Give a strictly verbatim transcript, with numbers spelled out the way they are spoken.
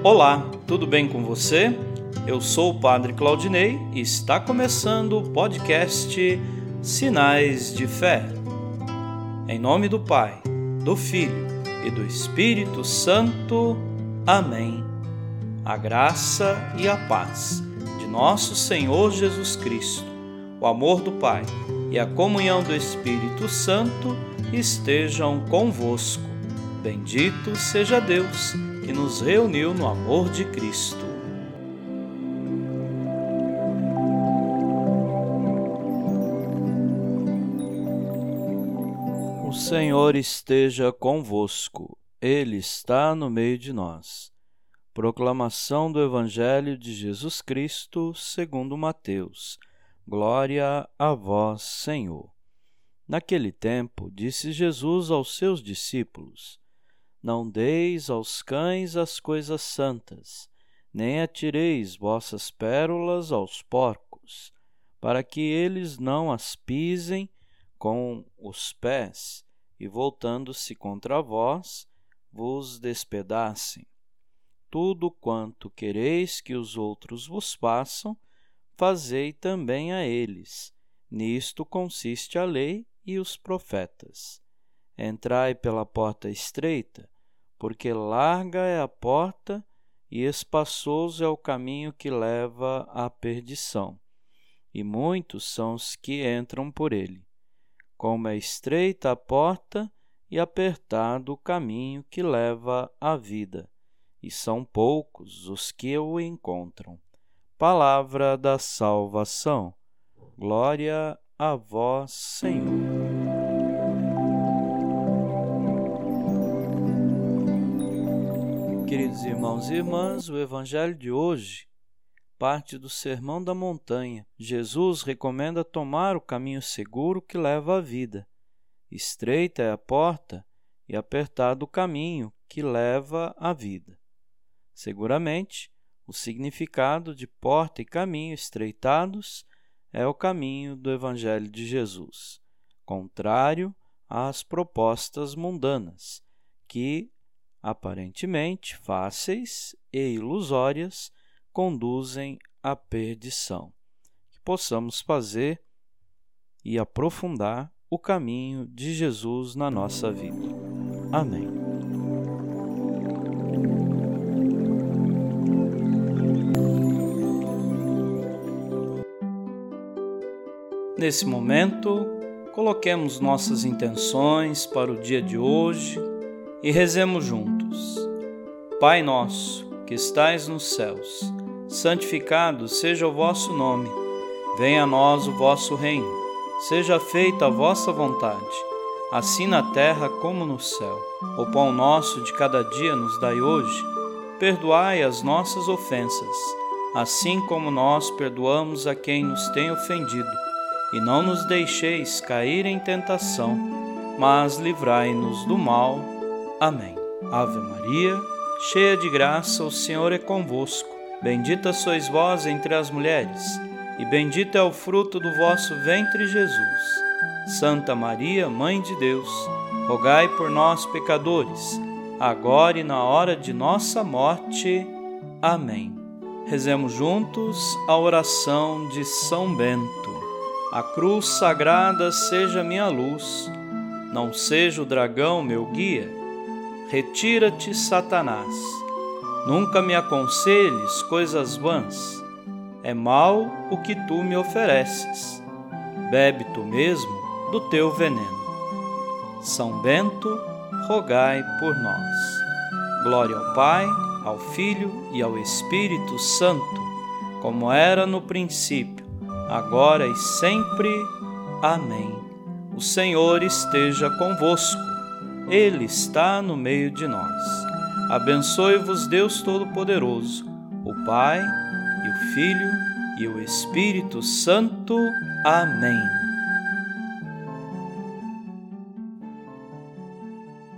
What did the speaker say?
Olá, tudo bem com você? Eu sou o Padre Claudinei e está começando o podcast Sinais de Fé. Em nome do Pai, do Filho e do Espírito Santo. Amém. A graça e a paz de nosso Senhor Jesus Cristo, o amor do Pai e a comunhão do Espírito Santo estejam convosco. Bendito seja Deus que nos reuniu no amor de Cristo. O Senhor esteja convosco, Ele está no meio de nós. Proclamação do Evangelho de Jesus Cristo segundo Mateus. Glória a vós, Senhor. Naquele tempo, disse Jesus aos seus discípulos: Não deis aos cães as coisas santas, nem atireis vossas pérolas aos porcos, para que eles não as pisem com os pés e, voltando-se contra vós, vos despedacem. Tudo quanto quereis que os outros vos façam, fazei também a eles. Nisto consiste a lei e os profetas. Entrai pela porta estreita, porque larga é a porta e espaçoso é o caminho que leva à perdição, e muitos são os que entram por ele. Como é estreita a porta e apertado o caminho que leva à vida, e são poucos os que o encontram. Palavra da salvação. Glória a vós, Senhor. Queridos irmãos e irmãs, o Evangelho de hoje parte do Sermão da Montanha. Jesus recomenda tomar o caminho seguro que leva à vida. Estreita é a porta e apertado o caminho que leva à vida. Seguramente, o significado de porta e caminho estreitados é o caminho do Evangelho de Jesus, contrário às propostas mundanas, que aparentemente fáceis e ilusórias, conduzem à perdição. Que possamos fazer e aprofundar o caminho de Jesus na nossa vida. Amém. Nesse momento, coloquemos nossas intenções para o dia de hoje e rezemos juntos. Pai nosso, que estais nos céus, santificado seja o vosso nome. Venha a nós o vosso reino. Seja feita a vossa vontade, assim na terra como no céu. O pão nosso de cada dia nos dai hoje. Perdoai as nossas ofensas, assim como nós perdoamos a quem nos tem ofendido. E não nos deixeis cair em tentação, mas livrai-nos do mal. Amém. Ave Maria, cheia de graça, o Senhor é convosco. Bendita sois vós entre as mulheres, e bendito é o fruto do vosso ventre, Jesus. Santa Maria, Mãe de Deus, rogai por nós, pecadores, agora e na hora de nossa morte. Amém. Rezemos juntos a oração de São Bento. A cruz sagrada seja minha luz, não seja o dragão meu guia. Retira-te, Satanás, nunca me aconselhes coisas vãs. É mal o que tu me ofereces, bebe tu mesmo do teu veneno. São Bento, rogai por nós. Glória ao Pai, ao Filho e ao Espírito Santo, como era no princípio, agora e sempre. Amém. O Senhor esteja convosco. Ele está no meio de nós. Abençoe-vos Deus Todo-Poderoso, o Pai, e o Filho, e o Espírito Santo. Amém.